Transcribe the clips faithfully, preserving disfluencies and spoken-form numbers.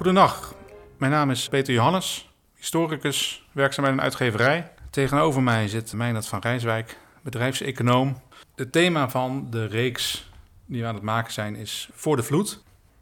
Goedendag, mijn naam is Peter Johannes, historicus, werkzaam bij een uitgeverij. Tegenover mij zit Meijnerd van Rijswijk, bedrijfseconoom. Het thema van de reeks die we aan het maken zijn is Voor de Vloed.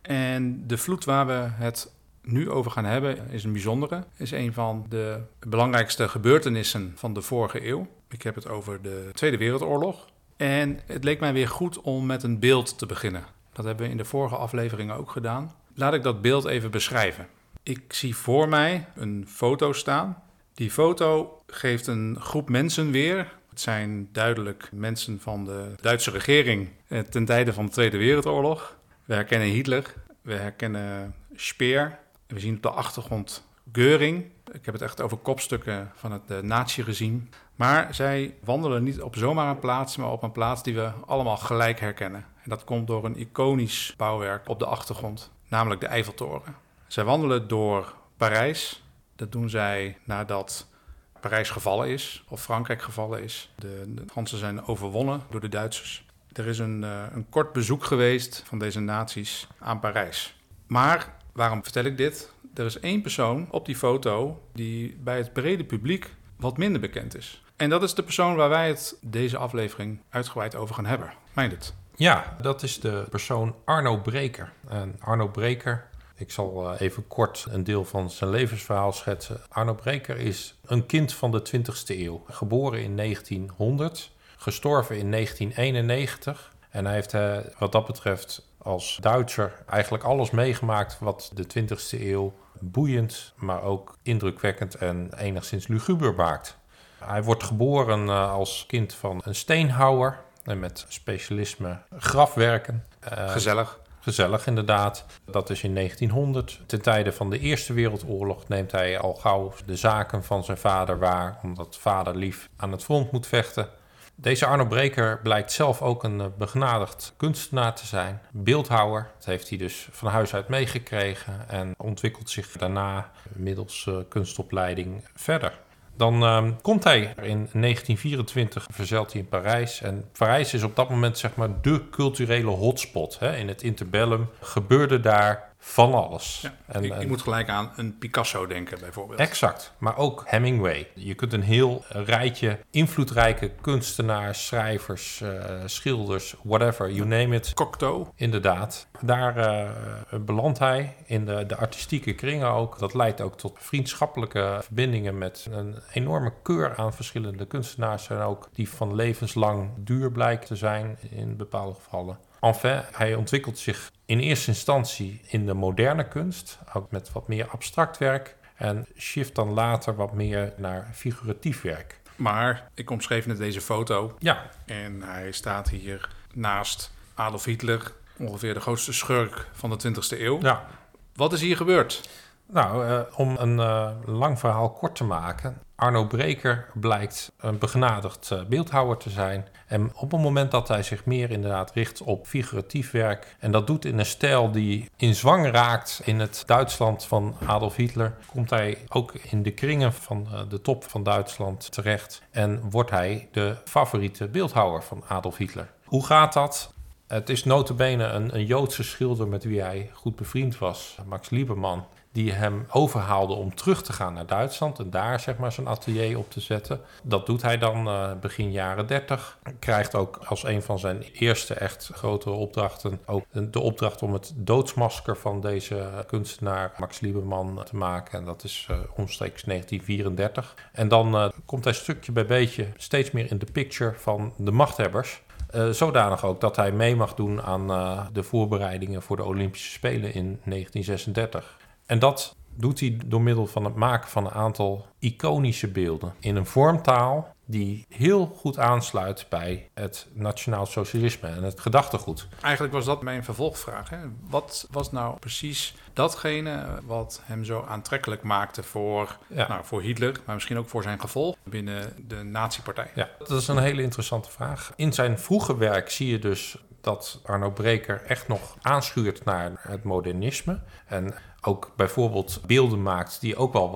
En de vloed waar we het nu over gaan hebben is een bijzondere. Is een van de belangrijkste gebeurtenissen van de vorige eeuw. Ik heb het over de Tweede Wereldoorlog. En het leek mij weer goed om met een beeld te beginnen. Dat hebben we in de vorige afleveringen ook gedaan. Laat ik dat beeld even beschrijven. Ik zie voor mij een foto staan. Die foto geeft een groep mensen weer. Het zijn duidelijk mensen van de Duitse regering ten tijde van de Tweede Wereldoorlog. We herkennen Hitler, we herkennen Speer. We zien op de achtergrond Göring. Ik heb het echt over kopstukken van het nazi-regime. Maar zij wandelen niet op zomaar een plaats, maar op een plaats die we allemaal gelijk herkennen. En dat komt door een iconisch bouwwerk op de achtergrond, namelijk de Eiffeltoren. Zij wandelen door Parijs. Dat doen zij nadat Parijs gevallen is, of Frankrijk gevallen is. De, de Fransen zijn overwonnen door de Duitsers. Er is een, uh, een kort bezoek geweest van deze naties aan Parijs. Maar waarom vertel ik dit? Er is één persoon op die foto die bij het brede publiek wat minder bekend is. En dat is de persoon waar wij het deze aflevering uitgebreid over gaan hebben. Meijnerd. Ja, dat is de persoon Arno Breker. En Arno Breker, ik zal even kort een deel van zijn levensverhaal schetsen. Arno Breker is een kind van de twintigste eeuw. Geboren in negentienhonderd, gestorven in negentien eenennegentig. En hij heeft eh, wat dat betreft als Duitser eigenlijk alles meegemaakt wat de twintigste eeuw boeiend, maar ook indrukwekkend en enigszins luguber maakt. Hij wordt geboren uh, als kind van een steenhouwer en met specialisme grafwerken. Uh, Gezellig. Gezellig, inderdaad. Dat is in negentienhonderd. Ten tijde van de Eerste Wereldoorlog neemt hij al gauw de zaken van zijn vader waar, omdat vader lief aan het front moet vechten. Deze Arno Breker blijkt zelf ook een begenadigd kunstenaar te zijn, beeldhouwer. Dat heeft hij dus van huis uit meegekregen en ontwikkelt zich daarna middels uh, kunstopleiding verder. Dan uh, komt hij in negentien vierentwintig, verzeilt hij in Parijs. En Parijs is op dat moment zeg maar de culturele hotspot. Hè. In het interbellum gebeurde daar van alles. Ja, en, ik, en, ik moet gelijk aan een Picasso denken bijvoorbeeld. Exact, maar ook Hemingway. Je kunt een heel rijtje invloedrijke kunstenaars, schrijvers, uh, schilders, whatever, you name it. Cocteau. Inderdaad. Daar uh, belandt hij in de, de artistieke kringen ook. Dat leidt ook tot vriendschappelijke verbindingen met een enorme keur aan verschillende kunstenaars. En ook die van levenslang duur blijkt te zijn in bepaalde gevallen. Enfin, hij ontwikkelt zich in eerste instantie in de moderne kunst, ook met wat meer abstract werk. En shift dan later wat meer naar figuratief werk. Maar ik omschreef net deze foto. Ja. En hij staat hier naast Adolf Hitler, ongeveer de grootste schurk van de twintigste eeuw. Ja. Wat is hier gebeurd? Nou, uh, om een uh, lang verhaal kort te maken. Arno Breker blijkt een begenadigd uh, beeldhouwer te zijn. En op het moment dat hij zich meer inderdaad richt op figuratief werk, en dat doet in een stijl die in zwang raakt in het Duitsland van Adolf Hitler, komt hij ook in de kringen van uh, de top van Duitsland terecht. En wordt hij de favoriete beeldhouwer van Adolf Hitler. Hoe gaat dat? Het is nota bene een, een Joodse schilder met wie hij goed bevriend was, Max Liebermann, die hem overhaalde om terug te gaan naar Duitsland en daar zeg maar zijn atelier op te zetten. Dat doet hij dan uh, begin jaren dertig. Krijgt ook als een van zijn eerste echt grotere opdrachten ook de opdracht om het doodsmasker van deze kunstenaar Max Liebermann te maken. En dat is uh, omstreeks negentien vierendertig. En dan uh, komt hij stukje bij beetje steeds meer in de picture van de machthebbers. Uh, zodanig ook dat hij mee mag doen aan uh, de voorbereidingen voor de Olympische Spelen in negentien zesendertig. En dat doet hij door middel van het maken van een aantal iconische beelden in een vormtaal die heel goed aansluit bij het nationaal socialisme en het gedachtegoed. Eigenlijk was dat mijn vervolgvraag. Hè? Wat was nou precies datgene wat hem zo aantrekkelijk maakte voor, ja. nou, voor Hitler, maar misschien ook voor zijn gevolg binnen de nazi-partij? Ja, dat is een hele interessante vraag. In zijn vroege werk zie je dus dat Arno Breker echt nog aanschuurt naar het modernisme en ook bijvoorbeeld beelden maakt die ook wel wat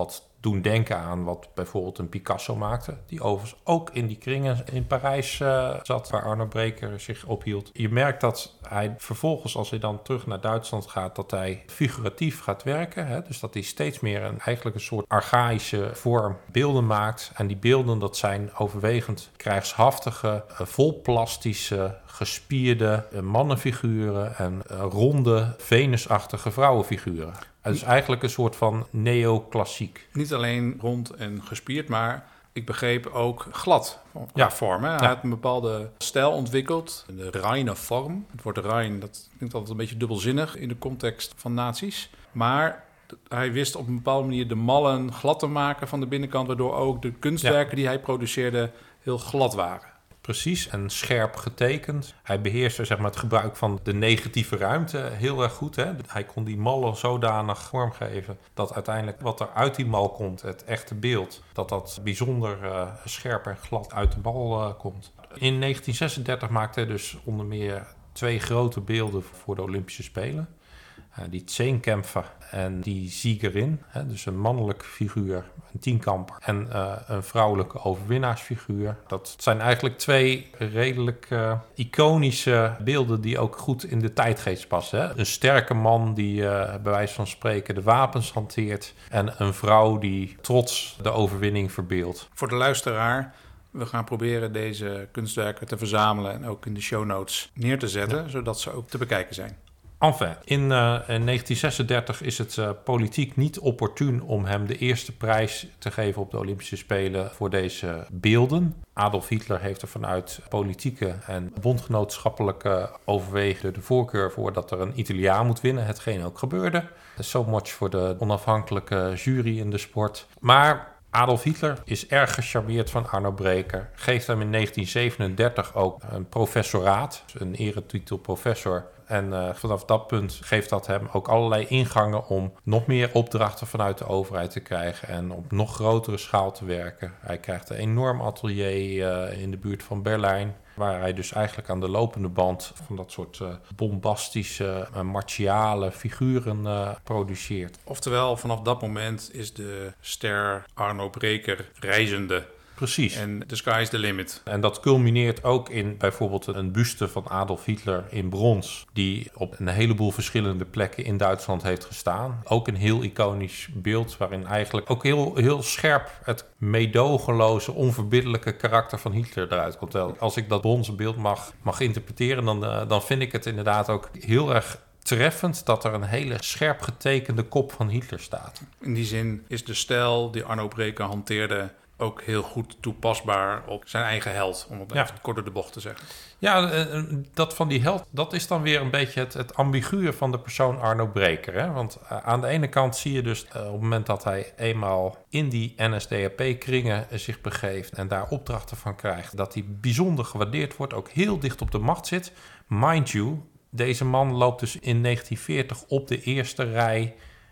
doen denken aan wat bijvoorbeeld een Picasso maakte. Die overigens ook in die kringen in Parijs uh, zat, waar Arno Breker zich ophield. Je merkt dat hij vervolgens, als hij dan terug naar Duitsland gaat, dat hij figuratief gaat werken. Hè? Dus dat hij steeds meer een, eigenlijk een soort archaïsche vorm beelden maakt. En die beelden, dat zijn overwegend krijgshaftige, uh, vol plastische, gespierde uh, mannenfiguren en uh, ronde, venusachtige vrouwenfiguren. Het is eigenlijk een soort van neoclassiek. Niet alleen rond en gespierd, maar ik begreep ook glad qua ja. vorm. Hè? Hij ja. had een bepaalde stijl ontwikkeld, de reine vorm. Het woord rein, dat klinkt altijd een beetje dubbelzinnig in de context van nazi's. Maar hij wist op een bepaalde manier de mallen glad te maken van de binnenkant, waardoor ook de kunstwerken ja. die hij produceerde heel glad waren. Precies, en scherp getekend. Hij beheerste zeg maar, het gebruik van de negatieve ruimte heel erg goed. Hè? Hij kon die mallen zodanig vormgeven dat uiteindelijk wat er uit die mal komt, het echte beeld, dat dat bijzonder uh, scherp en glad uit de bal uh, komt. In negentien zesendertig maakte hij dus onder meer twee grote beelden voor de Olympische Spelen. Uh, die Zehnkämpfer en die Siegerin, hè, dus een mannelijk figuur, een tienkamper, en uh, een vrouwelijke overwinnaarsfiguur. Dat zijn eigenlijk twee redelijk uh, iconische beelden die ook goed in de tijdgeest passen. Hè? Een sterke man die uh, bij wijze van spreken de wapens hanteert en een vrouw die trots de overwinning verbeeldt. Voor de luisteraar, we gaan proberen deze kunstwerken te verzamelen en ook in de show notes neer te zetten, ja. zodat ze ook te bekijken zijn. Enfin, in, uh, in negentien zesendertig is het uh, politiek niet opportun om hem de eerste prijs te geven op de Olympische Spelen voor deze beelden. Adolf Hitler heeft er vanuit politieke en bondgenootschappelijke overwegingen de voorkeur voor dat er een Italiaan moet winnen, hetgeen ook gebeurde. So much voor de onafhankelijke jury in de sport. Maar Adolf Hitler is erg gecharmeerd van Arno Breker, geeft hem in negentien zevenendertig ook een professoraat, een eretitel professor. En uh, vanaf dat punt geeft dat hem ook allerlei ingangen om nog meer opdrachten vanuit de overheid te krijgen en op nog grotere schaal te werken. Hij krijgt een enorm atelier uh, in de buurt van Berlijn, waar hij dus eigenlijk aan de lopende band van dat soort uh, bombastische, uh, martiale figuren uh, produceert. Oftewel, vanaf dat moment is de ster Arno Breker reizende. Precies. En the sky is the limit. En dat culmineert ook in bijvoorbeeld een buste van Adolf Hitler in brons, die op een heleboel verschillende plekken in Duitsland heeft gestaan. Ook een heel iconisch beeld waarin eigenlijk ook heel, heel scherp het meedogenloze, onverbiddelijke karakter van Hitler eruit komt. Als ik dat bronzen beeld mag, mag interpreteren, dan, uh, dan vind ik het inderdaad ook heel erg treffend dat er een hele scherp getekende kop van Hitler staat. In die zin is de stijl die Arno Breker hanteerde ook heel goed toepasbaar op zijn eigen held, om het ja. even kort door de bocht te zeggen. Ja, dat van die held, dat is dan weer een beetje het, het ambiguë van de persoon Arno Breker. Hè? Want uh, aan de ene kant zie je dus uh, op het moment dat hij eenmaal in die N S D A P-kringen uh, zich begeeft en daar opdrachten van krijgt, dat hij bijzonder gewaardeerd wordt, ook heel dicht op de macht zit. Mind you, deze man loopt dus in negentien veertig op de eerste rij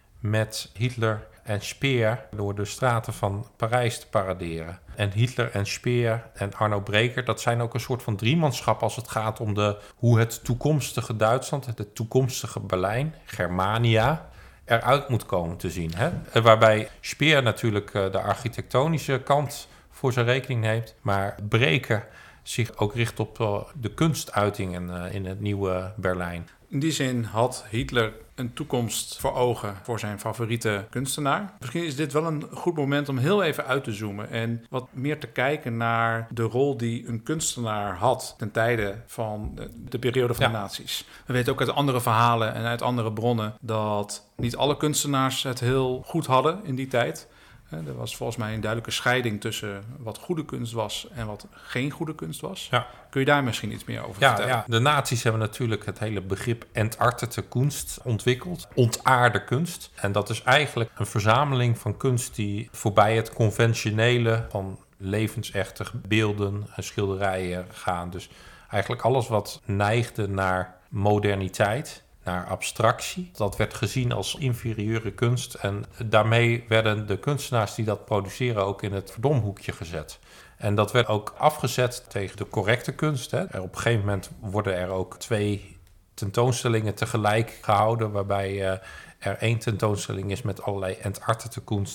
met Hitler en Speer door de straten van Parijs te paraderen. En Hitler en Speer en Arno Breker, dat zijn ook een soort van driemanschap als het gaat om de, hoe het toekomstige Duitsland, het toekomstige Berlijn, Germania, eruit moet komen te zien. Hè? Waarbij Speer natuurlijk de architectonische kant voor zijn rekening neemt, maar Breker zich ook richt op de kunstuitingen in het nieuwe Berlijn. In die zin had Hitler een toekomst voor ogen voor zijn favoriete kunstenaar. Misschien is dit wel een goed moment om heel even uit te zoomen en wat meer te kijken naar de rol die een kunstenaar had ten tijde van de periode van ja. de nazi's. We weten ook uit andere verhalen en uit andere bronnen dat niet alle kunstenaars het heel goed hadden in die tijd. Er was volgens mij een duidelijke scheiding tussen wat goede kunst was en wat geen goede kunst was. Ja. Kun je daar misschien iets meer over ja, vertellen? Ja, de nazi's hebben natuurlijk het hele begrip entartete kunst ontwikkeld. Ontaarde kunst. En dat is eigenlijk een verzameling van kunst die voorbij het conventionele van levensechte beelden en schilderijen gaan. Dus eigenlijk alles wat neigde naar moderniteit, naar abstractie. Dat werd gezien als inferieure kunst. En daarmee werden de kunstenaars die dat produceren ook in het verdomhoekje gezet. En dat werd ook afgezet tegen de correcte kunst. Hè. Er op een gegeven moment worden er ook twee tentoonstellingen tegelijk gehouden, waarbij uh, er één tentoonstelling is met allerlei entartete kunst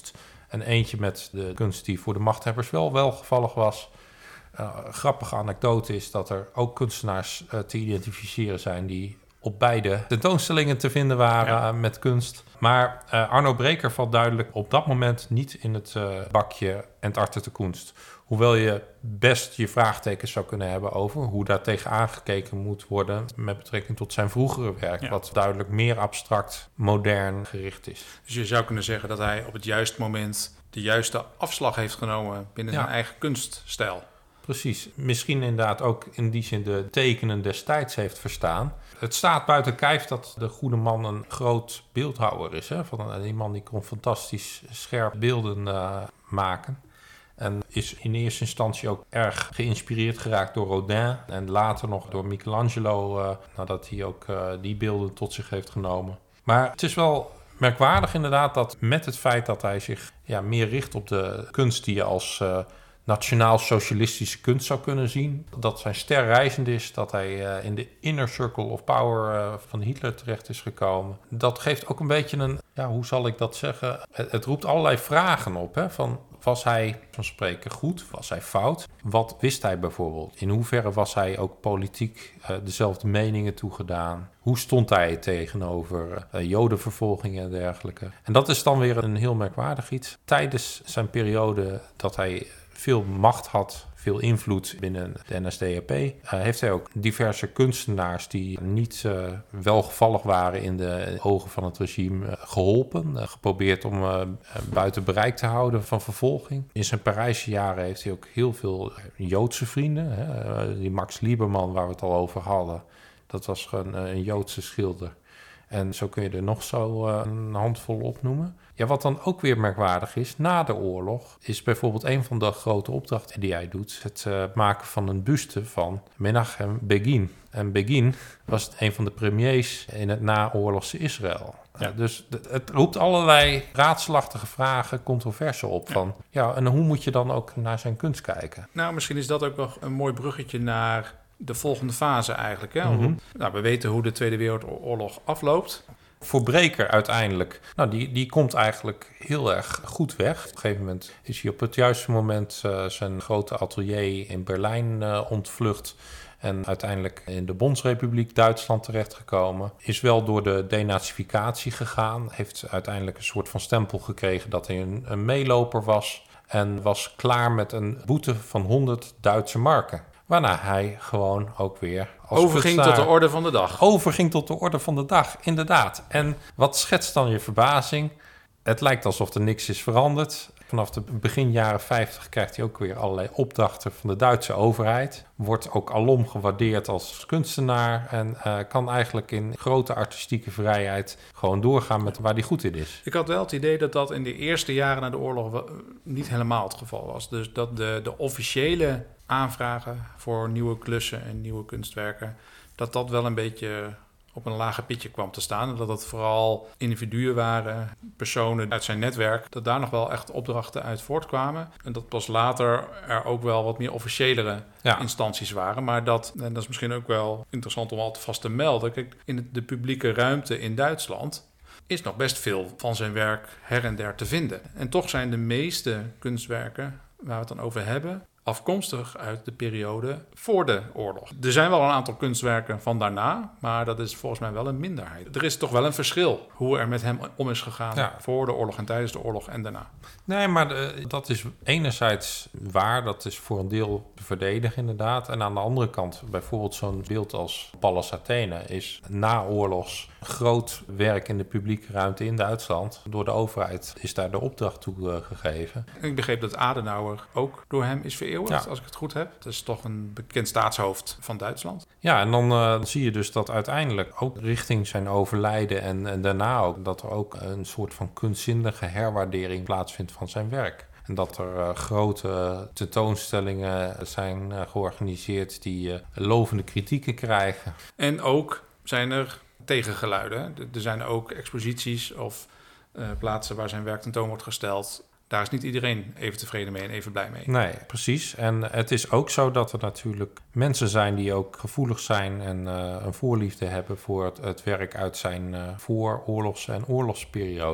En eentje met de kunst die voor de machthebbers wel welgevallig was. Uh, grappige anekdote is dat er ook kunstenaars uh, te identificeren zijn die op beide tentoonstellingen te vinden waren ja. uh, met kunst. Maar uh, Arno Breker valt duidelijk op dat moment niet in het uh, bakje Entartete Kunst. Hoewel je best je vraagtekens zou kunnen hebben over hoe daar tegen aangekeken moet worden met betrekking tot zijn vroegere werk, ja. wat duidelijk meer abstract, modern gericht is. Dus je zou kunnen zeggen dat hij op het juiste moment de juiste afslag heeft genomen binnen ja. zijn eigen kunststijl. Precies. Misschien inderdaad ook in die zin de tekenen destijds heeft verstaan. Het staat buiten kijf dat de goede man een groot beeldhouwer is. Hè? Van die man die kon fantastisch scherp beelden uh, maken. En is in eerste instantie ook erg geïnspireerd geraakt door Rodin. En later nog door Michelangelo, uh, nadat hij ook uh, die beelden tot zich heeft genomen. Maar het is wel merkwaardig inderdaad dat met het feit dat hij zich ja, meer richt op de kunst die je als uh, nationaal-socialistische kunst zou kunnen zien. Dat zijn ster reizend is, dat hij uh, in de inner circle of power uh, van Hitler terecht is gekomen. Dat geeft ook een beetje een, ja, hoe zal ik dat zeggen? Het, het roept allerlei vragen op, hè, van was hij van spreken goed? Was hij fout? Wat wist hij bijvoorbeeld? In hoeverre was hij ook politiek uh, dezelfde meningen toegedaan? Hoe stond hij tegenover uh, jodenvervolgingen en dergelijke? En dat is dan weer een heel merkwaardig iets. Tijdens zijn periode dat hij veel macht had, veel invloed binnen de N S D A P, Uh, heeft hij ook diverse kunstenaars die niet uh, welgevallig waren in de ogen van het regime uh, geholpen. Uh, geprobeerd om uh, buiten bereik te houden van vervolging. In zijn Parijse jaren heeft hij ook heel veel Joodse vrienden. Hè. Uh, die Max Lieberman, waar we het al over hadden, dat was een, een Joodse schilder. En zo kun je er nog zo uh, een handvol opnoemen. Ja, wat dan ook weer merkwaardig is, na de oorlog is bijvoorbeeld een van de grote opdrachten die hij doet het uh, maken van een buste van Menachem Begin. En Begin was een van de premiers in het naoorlogse Israël. Ja. Ja, dus het roept allerlei raadselachtige vragen, controverse op. Ja. Van, ja, en hoe moet je dan ook naar zijn kunst kijken? Nou, misschien is dat ook nog een mooi bruggetje naar de volgende fase eigenlijk. Hè? Mm-hmm. Nou, we weten hoe de Tweede Wereldoorlog afloopt. Voor Breker uiteindelijk, nou, die, die komt eigenlijk heel erg goed weg. Op een gegeven moment is hij op het juiste moment uh, zijn grote atelier in Berlijn uh, ontvlucht en uiteindelijk in de Bondsrepubliek Duitsland terechtgekomen. Is wel door de denazificatie gegaan, heeft uiteindelijk een soort van stempel gekregen dat hij een, een meeloper was en was klaar met een boete van honderd Duitse marken. Waarna hij gewoon ook weer als overging tot de orde van de dag. Overging tot de orde van de dag, inderdaad. En wat schetst dan je verbazing? Het lijkt alsof er niks is veranderd. Vanaf de begin jaren vijftig krijgt hij ook weer allerlei opdrachten van de Duitse overheid. Wordt ook alom gewaardeerd als kunstenaar. En uh, kan eigenlijk in grote artistieke vrijheid gewoon doorgaan met waar hij goed in is. Ik had wel het idee dat dat in de eerste jaren na de oorlog niet helemaal het geval was. Dus dat de, de officiële aanvragen voor nieuwe klussen en nieuwe kunstwerken, dat dat wel een beetje op een lager pitje kwam te staan. En dat het vooral individuen waren, personen uit zijn netwerk, dat daar nog wel echt opdrachten uit voortkwamen. En dat pas later er ook wel wat meer officiëlere ja. instanties waren. Maar dat, en dat is misschien ook wel interessant om altijd vast te melden. Kijk, in de publieke ruimte in Duitsland is nog best veel van zijn werk her en der te vinden. En toch zijn de meeste kunstwerken waar we het dan over hebben afkomstig uit de periode voor de oorlog. Er zijn wel een aantal kunstwerken van daarna, maar dat is volgens mij wel een minderheid. Er is toch wel een verschil hoe er met hem om is gegaan ja. voor de oorlog en tijdens de oorlog en daarna. Nee, maar de, dat is enerzijds waar, dat is voor een deel te verdedigen inderdaad. En aan de andere kant, bijvoorbeeld zo'n beeld als Pallas Athene is naoorlogs groot werk in de publieke ruimte in Duitsland. Door de overheid is daar de opdracht toe uh, gegeven. Ik begreep dat Adenauer ook door hem is vereeuwigd, ja. als ik het goed heb. Dat is toch een bekend staatshoofd van Duitsland. Ja, en dan uh, zie je dus dat uiteindelijk ook richting zijn overlijden en, en daarna ook dat er ook een soort van kunstzinnige herwaardering plaatsvindt van zijn werk. En dat er uh, grote tentoonstellingen zijn uh, georganiseerd die uh, lovende kritieken krijgen. En ook zijn er tegengeluiden. Er zijn ook exposities of uh, plaatsen waar zijn werk tentoon wordt gesteld. Daar is niet iedereen even tevreden mee en even blij mee. Nee, precies. En het is ook zo dat er natuurlijk mensen zijn die ook gevoelig zijn en uh, een voorliefde hebben voor het, het werk uit zijn uh, vooroorlogse en oorlogsperiode.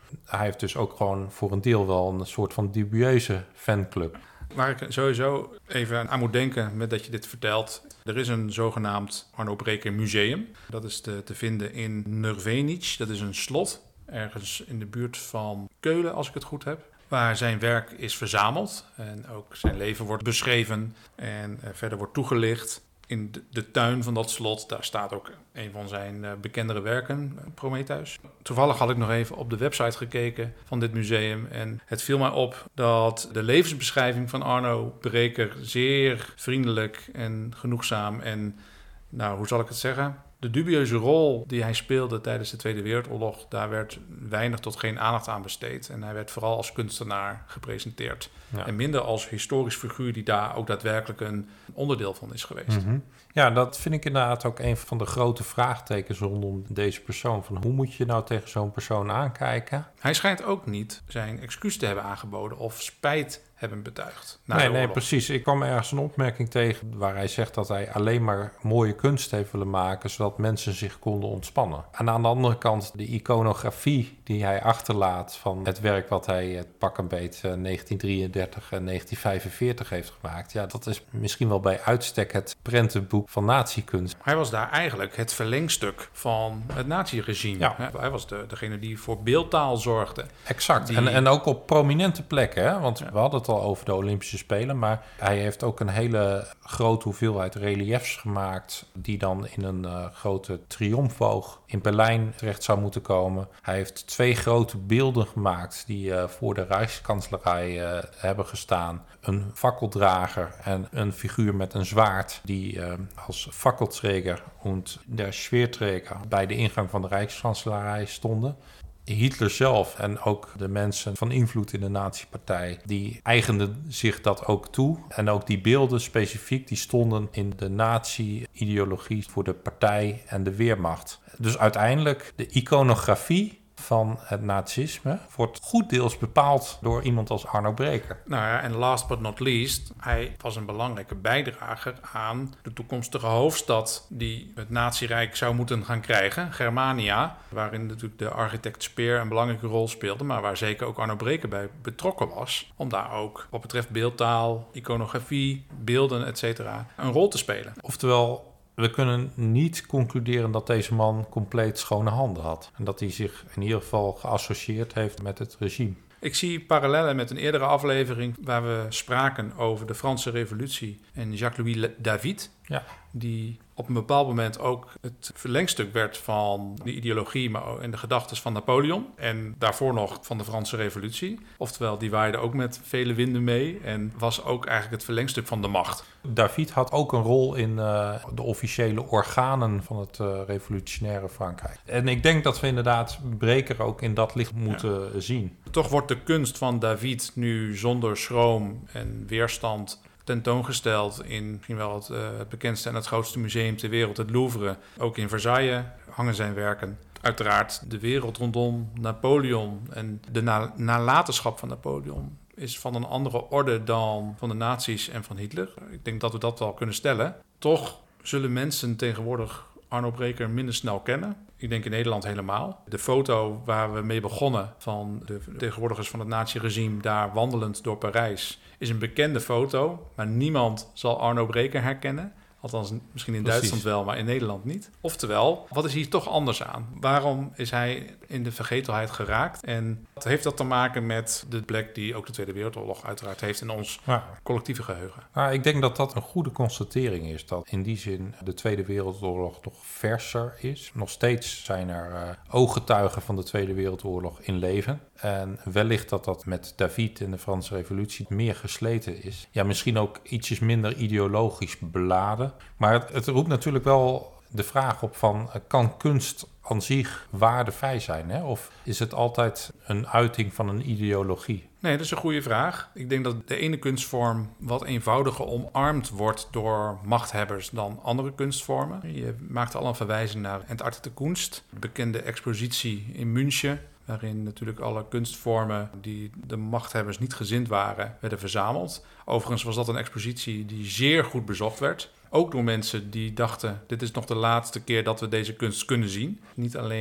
hij heeft dus ook gewoon voor een deel wel een soort van dubieuze fanclub. Waar ik sowieso even aan moet denken met dat je dit vertelt. Er is een zogenaamd Arno Breker museum. Dat is te, te vinden in Nervenic. Dat is een slot ergens in de buurt van Keulen, als ik het goed heb. Waar zijn werk is verzameld en ook zijn leven wordt beschreven en uh, verder wordt toegelicht. In de, de tuin van dat slot, daar staat ook een van zijn uh, bekendere werken, Prometheus. Toevallig had ik nog even op de website gekeken van dit museum en het viel mij op dat de levensbeschrijving van Arno Breker zeer vriendelijk en genoegzaam en, nou, hoe zal ik het zeggen? De dubieuze rol die hij speelde tijdens de Tweede Wereldoorlog, daar werd weinig tot geen aandacht aan besteed. En hij werd vooral als kunstenaar gepresenteerd. Ja. En minder als historisch figuur die daar ook daadwerkelijk een onderdeel van is geweest. Mm-hmm. Ja, dat vind ik inderdaad ook een van de grote vraagtekens rondom deze persoon. Van hoe moet je nou tegen zo'n persoon aankijken? Hij schijnt ook niet zijn excuus te hebben aangeboden of spijt hebben betuigd. Nee, nee, precies. Ik kwam ergens een opmerking tegen waar hij zegt dat hij alleen maar mooie kunst heeft willen maken, zodat mensen zich konden ontspannen. En aan de andere kant de iconografie die hij achterlaat van het werk wat hij het pak een beet negentien drieëndertig en negentien vijfenveertig heeft gemaakt. Ja, dat is misschien wel bij uitstek het prentenboek van nazi-kunst. Hij was daar eigenlijk het verlengstuk van het nazi-regime. Ja. Hij was de, degene die voor beeldtaal zorgde. Exact. Die... En, en ook op prominente plekken, hè? Want ja. we hadden het al over de Olympische Spelen, maar hij heeft ook een hele grote hoeveelheid reliefs gemaakt die dan in een uh, grote triomfboog in Berlijn terecht zou moeten komen. Hij heeft twee grote beelden gemaakt die uh, voor de Rijkskanselarij uh, hebben gestaan. Een fakkeldrager en een figuur met een zwaard die uh, als fakkelträger en der Schwerträger bij de ingang van de Rijkskanselarij stonden. Hitler zelf en ook de mensen van invloed in de nazi-partij, die eigenden zich dat ook toe. En ook die beelden specifiek, die stonden in de nazi-ideologie voor de partij en de Weermacht. Dus uiteindelijk de iconografie van het nazisme wordt goed deels bepaald door iemand als Arno Breker. Nou ja, en last but not least, hij was een belangrijke bijdrager aan de toekomstige hoofdstad die het nazi-rijk zou moeten gaan krijgen, Germania, waarin natuurlijk de architect Speer een belangrijke rol speelde, maar waar zeker ook Arno Breker bij betrokken was, om daar ook wat betreft beeldtaal, iconografie, beelden, et cetera een rol te spelen. Oftewel, we kunnen niet concluderen dat deze man compleet schone handen had. En dat hij zich in ieder geval geassocieerd heeft met het regime. Ik zie parallellen met een eerdere aflevering waar we spraken over de Franse Revolutie en Jacques-Louis David. Ja. Die op een bepaald moment ook het verlengstuk werd van de ideologie maar ook en de gedachten van Napoleon. En daarvoor nog van de Franse Revolutie. Oftewel, die waaide ook met vele winden mee en was ook eigenlijk het verlengstuk van de macht. David had ook een rol in uh, de officiële organen van het uh, revolutionaire Frankrijk. En ik denk dat we inderdaad Breker ook in dat licht moeten ja. zien. Toch wordt de kunst van David nu zonder schroom en weerstand tentoongesteld in misschien wel het, uh, het bekendste en het grootste museum ter wereld, het Louvre. Ook in Versailles hangen zijn werken. Uiteraard de wereld rondom Napoleon en de na- nalatenschap van Napoleon is van een andere orde dan van de nazi's en van Hitler. Ik denk dat we dat wel kunnen stellen. Toch zullen mensen tegenwoordig Arno Breker minder snel kennen. Ik denk in Nederland helemaal. De foto waar we mee begonnen van de tegenwoordigers van het nazi-regime daar wandelend door Parijs is een bekende foto, maar niemand zal Arno Breker herkennen. Althans, misschien in Precies. Duitsland wel, maar in Nederland niet. Oftewel, wat is hier toch anders aan? Waarom is hij in de vergetelheid geraakt? En wat heeft dat te maken met de plek die ook de Tweede Wereldoorlog uiteraard heeft in ons ja. collectieve geheugen? Nou, ik denk dat dat een goede constatering is. Dat in die zin de Tweede Wereldoorlog nog verser is. Nog steeds zijn er uh, ooggetuigen van de Tweede Wereldoorlog in leven. En wellicht dat dat met David en de Franse Revolutie meer gesleten is. Ja, misschien ook ietsjes minder ideologisch beladen. Maar het, het roept natuurlijk wel de vraag op van, kan kunst aan zich waardevrij zijn? Hè? Of is het altijd een uiting van een ideologie? Nee, dat is een goede vraag. Ik denk dat de ene kunstvorm wat eenvoudiger omarmd wordt door machthebbers dan andere kunstvormen. Je maakt al een verwijzing naar Entartete Kunst, de bekende expositie in München, waarin natuurlijk alle kunstvormen die de machthebbers niet gezind waren, werden verzameld. Overigens was dat een expositie die zeer goed bezocht werd. Ook door mensen die dachten, dit is nog de laatste keer dat we deze kunst kunnen zien. Niet alleen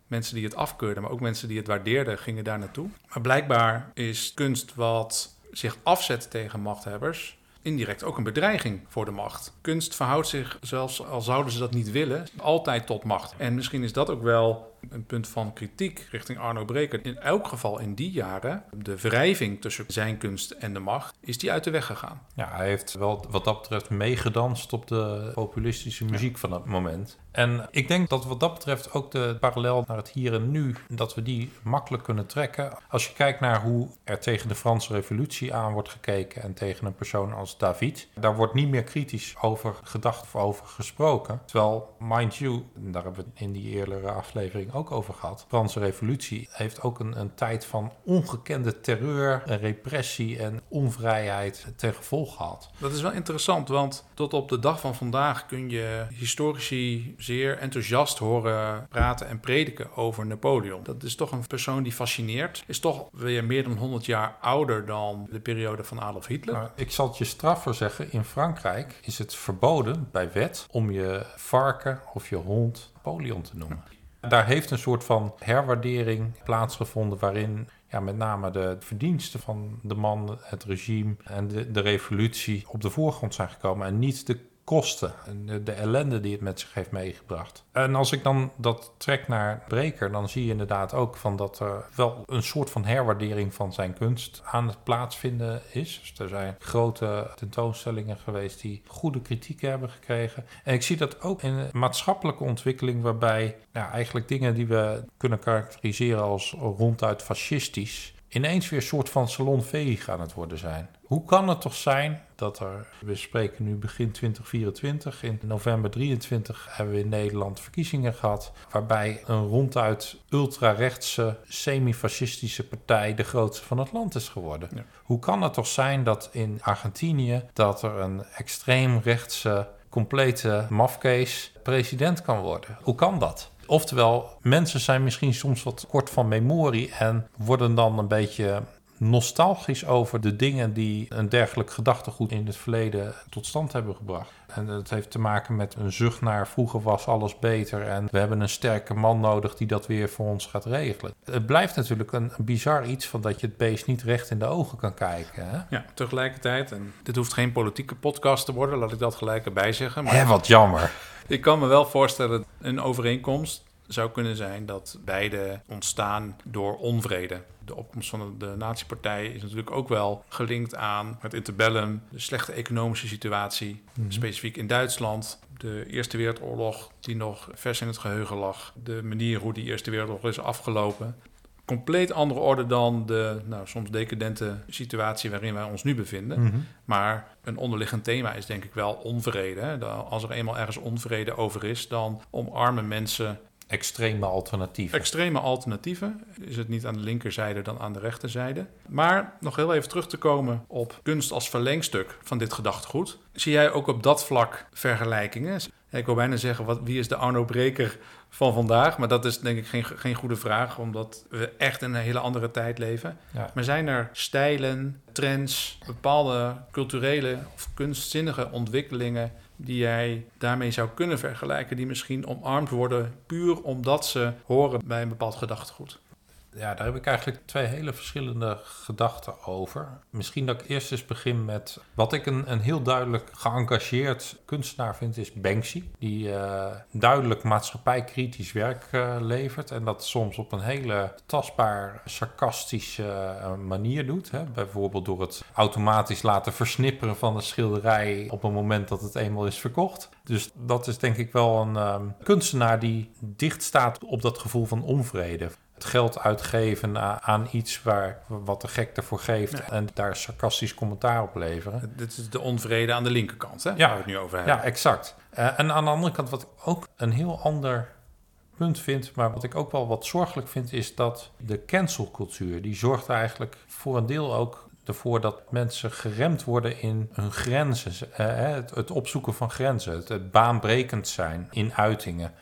Mensen die het afkeurden, maar ook mensen die het waardeerden, gingen daar naartoe. Maar blijkbaar is kunst wat zich afzet tegen machthebbers indirect ook een bedreiging voor de macht. Kunst verhoudt zich, zelfs al zouden ze dat niet willen, altijd tot macht. En misschien is dat ook wel een punt van kritiek richting Arno Breker. In elk geval in die jaren, de wrijving tussen zijn kunst en de macht, is die uit de weg gegaan. Ja, hij heeft wel wat dat betreft meegedanst op de populistische muziek ja. van dat moment. En ik denk dat wat dat betreft ook de parallel naar het hier en nu, dat we die makkelijk kunnen trekken. Als je kijkt naar hoe er tegen de Franse Revolutie aan wordt gekeken en tegen een persoon als David, daar wordt niet meer kritisch over gedacht of over gesproken. Terwijl, mind you, daar hebben we het in die eerdere aflevering ook over gehad. De Franse Revolutie heeft ook een, een tijd van ongekende terreur, repressie en onvrijheid ten gevolg gehad. Dat is wel interessant, want tot op de dag van vandaag kun je historici zeer enthousiast horen praten en prediken over Napoleon. Dat is toch een persoon die fascineert. Is toch weer meer dan honderd jaar ouder dan de periode van Adolf Hitler. Maar ik zal het je straffer zeggen. In Frankrijk is het verboden bij wet om je varken of je hond Napoleon te noemen. Daar heeft een soort van herwaardering plaatsgevonden waarin ja, met name de verdiensten van de man, het regime en de, de revolutie op de voorgrond zijn gekomen en niet de kosten en de, de ellende die het met zich heeft meegebracht. En als ik dan dat trek naar Breker, dan zie je inderdaad ook van dat er wel een soort van herwaardering van zijn kunst aan het plaatsvinden is. Dus er zijn grote tentoonstellingen geweest die goede kritiek hebben gekregen. En ik zie dat ook in een maatschappelijke ontwikkeling waarbij ja, eigenlijk dingen die we kunnen karakteriseren als ronduit fascistisch ineens weer een soort van salonveeg aan het worden zijn. Hoe kan het toch zijn dat er, we spreken nu begin twintig vierentwintig, in november drieëntwintig hebben we in Nederland verkiezingen gehad, waarbij een ronduit ultrarechtse, semi-fascistische partij de grootste van het land is geworden. Ja. Hoe kan het toch zijn dat in Argentinië dat er een extreemrechtse, complete mafkees president kan worden? Hoe kan dat? Oftewel, mensen zijn misschien soms wat kort van memorie en worden dan een beetje nostalgisch over de dingen die een dergelijk gedachtegoed in het verleden tot stand hebben gebracht. En dat heeft te maken met een zucht naar vroeger was alles beter en we hebben een sterke man nodig die dat weer voor ons gaat regelen. Het blijft natuurlijk een bizar iets van dat je het beest niet recht in de ogen kan kijken. Hè? Ja, tegelijkertijd, en dit hoeft geen politieke podcast te worden, laat ik dat gelijk erbij zeggen. Maar Hé, wat jammer. Ik kan me wel voorstellen dat een overeenkomst zou kunnen zijn dat beide ontstaan door onvrede. De opkomst van de nazi-partij is natuurlijk ook wel gelinkt aan het interbellum, de slechte economische situatie, mm-hmm. specifiek in Duitsland, de Eerste Wereldoorlog die nog vers in het geheugen lag, de manier hoe die Eerste Wereldoorlog is afgelopen. Compleet andere orde dan de nou, soms decadente situatie waarin wij ons nu bevinden. Mm-hmm. Maar een onderliggend thema is denk ik wel onvrede. Hè? Als er eenmaal ergens onvrede over is, dan omarmen mensen extreme alternatieven. Extreme alternatieven. Is het niet aan de linkerzijde dan aan de rechterzijde. Maar nog heel even terug te komen op kunst als verlengstuk van dit gedachtegoed. Zie jij ook op dat vlak vergelijkingen? Ik wil bijna zeggen, wat, wie is de Arno Breker van vandaag? Maar dat is denk ik geen, geen goede vraag, omdat we echt in een hele andere tijd leven. Ja. Maar zijn er stijlen, trends, bepaalde culturele of kunstzinnige ontwikkelingen die jij daarmee zou kunnen vergelijken, die misschien omarmd worden puur omdat ze horen bij een bepaald gedachtegoed? Ja, daar heb ik eigenlijk twee hele verschillende gedachten over. Misschien dat ik eerst eens begin met wat ik een, een heel duidelijk geëngageerd kunstenaar vind, is Banksy. Die uh, duidelijk maatschappijkritisch werk uh, levert en dat soms op een hele tastbaar, sarcastische uh, manier doet. Hè? Bijvoorbeeld door het automatisch laten versnipperen van een schilderij op het moment dat het eenmaal is verkocht. Dus dat is denk ik wel een um, kunstenaar die dicht staat op dat gevoel van onvrede. Het geld uitgeven aan iets waar wat de gek ervoor geeft ja. en daar sarcastisch commentaar op leveren. Dit is de onvrede aan de linkerkant, hè? Ja, waar we het nu over hebben. Ja, exact. Uh, en aan de andere kant, wat ik ook een heel ander punt vind, maar wat ik ook wel wat zorgelijk vind, is dat de cancelcultuur, die zorgt eigenlijk voor een deel ook ervoor dat mensen geremd worden in hun grenzen. Uh, het, het opzoeken van grenzen, het, het baanbrekend zijn in uitingen.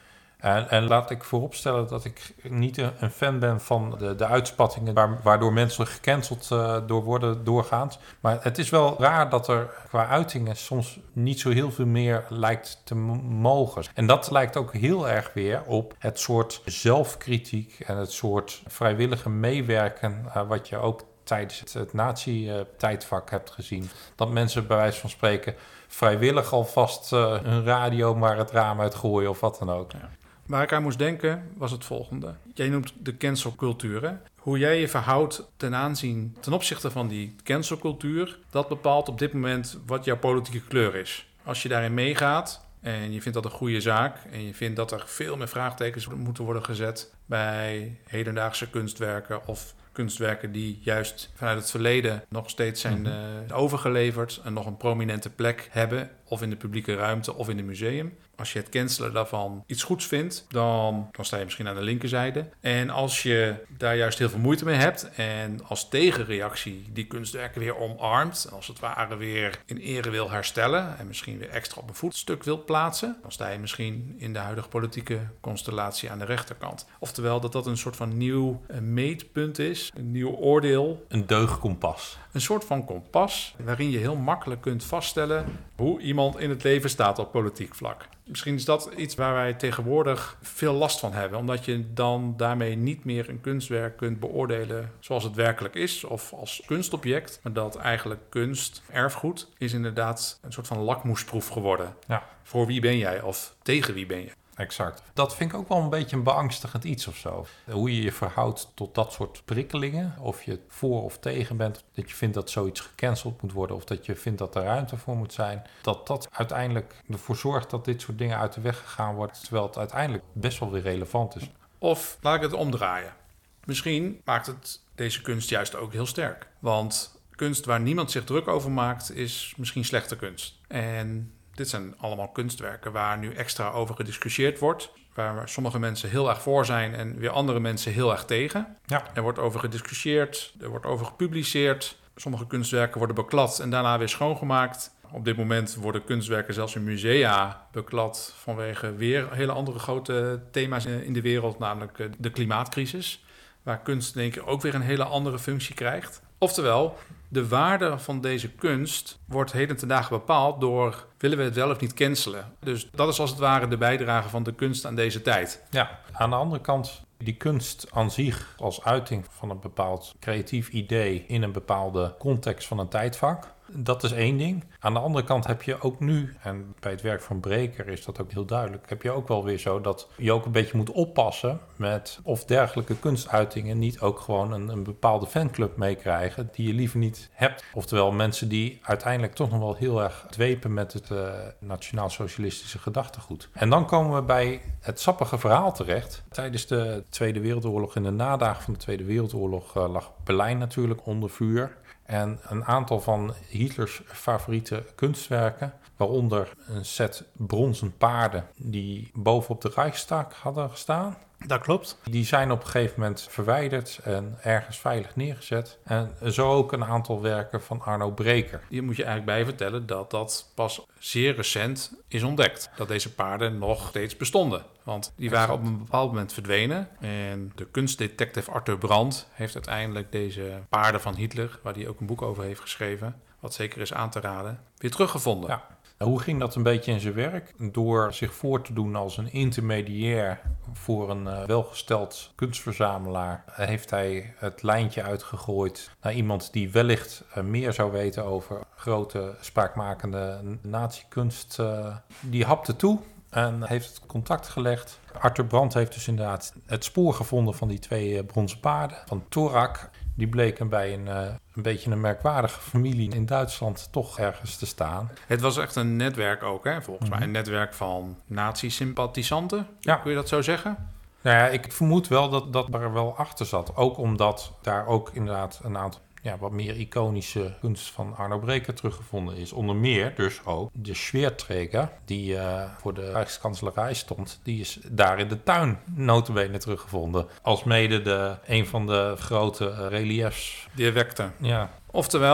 En, en laat ik vooropstellen dat ik niet een, een fan ben van de, de uitspattingen waar, waardoor mensen gecanceld uh, door worden doorgaans. Maar het is wel raar dat er qua uitingen soms niet zo heel veel meer lijkt te m- mogen. En dat lijkt ook heel erg weer op het soort zelfkritiek en het soort vrijwillige meewerken uh, wat je ook tijdens het, het nazi-tijdvak hebt gezien. Dat mensen bij wijze van spreken vrijwillig alvast uh, hun radio maar het raam uitgooien of wat dan ook. Ja. Waar ik aan moest denken was het volgende. Jij noemt de cancelcultuur, hè? Hoe jij je verhoudt ten aanzien, ten opzichte van die cancelcultuur, dat bepaalt op dit moment wat jouw politieke kleur is. Als je daarin meegaat en je vindt dat een goede zaak en je vindt dat er veel meer vraagtekens moeten worden gezet bij hedendaagse kunstwerken of kunstwerken die juist vanuit het verleden nog steeds zijn mm-hmm. uh, overgeleverd en nog een prominente plek hebben, of in de publieke ruimte of in een museum. Als je het cancelen daarvan iets goeds vindt, dan, dan sta je misschien aan de linkerzijde. En als je daar juist heel veel moeite mee hebt en als tegenreactie die kunstwerken weer omarmt, als het ware weer in ere wil herstellen en misschien weer extra op een voetstuk wil plaatsen, dan sta je misschien in de huidige politieke constellatie aan de rechterkant. Oftewel dat dat een soort van nieuw uh, meetpunt is, een nieuw oordeel. Een deugdkompas. Een soort van kompas waarin je heel makkelijk kunt vaststellen hoe iemand in het leven staat op politiek vlak. Misschien is dat iets waar wij tegenwoordig veel last van hebben, omdat je dan daarmee niet meer een kunstwerk kunt beoordelen zoals het werkelijk is of als kunstobject, maar dat eigenlijk kunst, erfgoed, is inderdaad een soort van lakmoesproef geworden. Ja. Voor wie ben jij of tegen wie ben je? Exact. Dat vind ik ook wel een beetje een beangstigend iets of zo. Hoe je je verhoudt tot dat soort prikkelingen. Of je voor of tegen bent. Dat je vindt dat zoiets gecanceld moet worden. Of dat je vindt dat er ruimte voor moet zijn. Dat dat uiteindelijk ervoor zorgt dat dit soort dingen uit de weg gegaan worden. Terwijl het uiteindelijk best wel weer relevant is. Of laat ik het omdraaien. Misschien maakt het deze kunst juist ook heel sterk. Want kunst waar niemand zich druk over maakt is misschien slechte kunst. En dit zijn allemaal kunstwerken waar nu extra over gediscussieerd wordt. Waar sommige mensen heel erg voor zijn en weer andere mensen heel erg tegen. Ja. Er wordt over gediscussieerd, er wordt over gepubliceerd. Sommige kunstwerken worden beklad en daarna weer schoongemaakt. Op dit moment worden kunstwerken zelfs in musea beklad vanwege weer hele andere grote thema's in de wereld, namelijk de klimaatcrisis. Waar kunst denk ik ook weer een hele andere functie krijgt. Oftewel, de waarde van deze kunst wordt heden ten dagen bepaald door willen we het wel of niet cancelen. Dus dat is als het ware de bijdrage van de kunst aan deze tijd. Ja, aan de andere kant, die kunst aan zich als uiting van een bepaald creatief idee in een bepaalde context van een tijdvak, dat is één ding. Aan de andere kant heb je ook nu, en bij het werk van Breker is dat ook heel duidelijk, heb je ook wel weer zo dat je ook een beetje moet oppassen met of dergelijke kunstuitingen niet ook gewoon een, een bepaalde fanclub meekrijgen die je liever niet hebt. Oftewel mensen die uiteindelijk toch nog wel heel erg dwepen met het uh, nationaal-socialistische gedachtegoed. En dan komen we bij het sappige verhaal terecht. Tijdens de Tweede Wereldoorlog, in de nadagen van de Tweede Wereldoorlog, uh, lag Berlijn natuurlijk onder vuur. En een aantal van Hitlers favoriete kunstwerken, waaronder een set bronzen paarden die bovenop de Reichstag hadden gestaan. Dat klopt. Die zijn op een gegeven moment verwijderd en ergens veilig neergezet. En zo ook een aantal werken van Arno Breker. Hier moet je eigenlijk bij vertellen dat dat pas zeer recent is ontdekt. Dat deze paarden nog steeds bestonden. Want die waren op een bepaald moment verdwenen. En de kunstdetective Arthur Brand heeft uiteindelijk deze paarden van Hitler, waar hij ook een boek over heeft geschreven, wat zeker is aan te raden, weer teruggevonden. Ja. Hoe ging dat een beetje in zijn werk? Door zich voor te doen als een intermediair voor een uh, welgesteld kunstverzamelaar, heeft hij het lijntje uitgegooid naar iemand die wellicht uh, meer zou weten over grote spraakmakende nazi-kunst. Uh, die hapte toe en heeft het contact gelegd. Arthur Brand heeft dus inderdaad het spoor gevonden van die twee uh, bronzen paarden. Van Thorak, die bleken bij een, uh, een beetje een merkwaardige familie in Duitsland toch ergens te staan. Het was echt een netwerk ook, hè, volgens mm-hmm. mij. Een netwerk van nazi-sympathisanten, ja. Kun je dat zo zeggen? Nou ja, ik vermoed wel dat dat er wel achter zat. Ook omdat daar ook inderdaad een aantal ja, wat meer iconische kunst van Arno Breker teruggevonden is. Onder meer dus ook de Schwerträger, die uh, voor de Rijkskanselarij stond. Die is daar in de tuin nota bene teruggevonden. Alsmede de, een van de grote uh, reliefs. Die er wekte. Ja. Oftewel,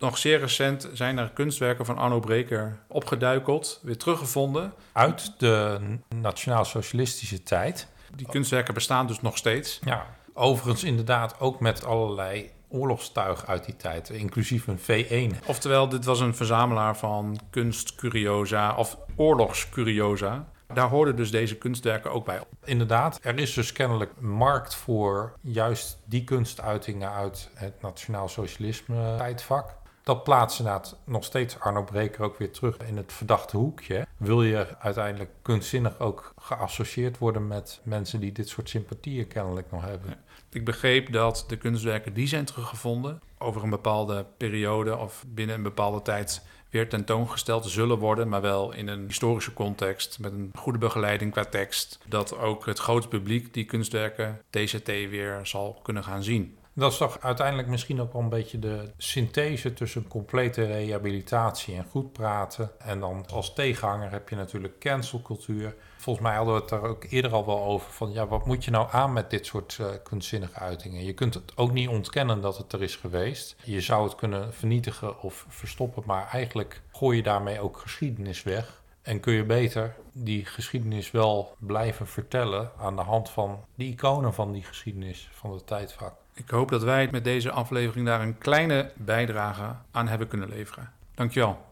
Nog zeer recent zijn er kunstwerken van Arno Breker opgeduikeld, weer teruggevonden. Uit de nationaal-socialistische tijd. Die kunstwerken bestaan dus nog steeds. Ja, overigens inderdaad ook met allerlei oorlogstuig uit die tijd, inclusief een V één. Oftewel, dit was een verzamelaar van kunstcuriosa of oorlogscuriosa. Daar hoorden dus deze kunstwerken ook bij. Inderdaad, er is dus kennelijk markt voor juist die kunstuitingen uit het nationaal socialisme tijdvak. Dat plaatst inderdaad nog steeds Arno Breker ook weer terug in het verdachte hoekje. Wil je uiteindelijk kunstzinnig ook geassocieerd worden met mensen die dit soort sympathieën kennelijk nog hebben? Ja. Ik begreep dat de kunstwerken die zijn teruggevonden over een bepaalde periode of binnen een bepaalde tijd weer tentoongesteld zullen worden, maar wel in een historische context met een goede begeleiding qua tekst, dat ook het grote publiek die kunstwerken T Z T weer zal kunnen gaan zien. Dat is toch uiteindelijk misschien ook wel een beetje de synthese tussen complete rehabilitatie en goed praten. En dan als tegenhanger heb je natuurlijk cancelcultuur. Volgens mij hadden we het daar ook eerder al wel over van ja, wat moet je nou aan met dit soort uh, kunstzinnige uitingen? Je kunt het ook niet ontkennen dat het er is geweest. Je zou het kunnen vernietigen of verstoppen, maar eigenlijk gooi je daarmee ook geschiedenis weg. En kun je beter die geschiedenis wel blijven vertellen aan de hand van de iconen van die geschiedenis van het tijdvak. Ik hoop dat wij met deze aflevering daar een kleine bijdrage aan hebben kunnen leveren. Dankjewel.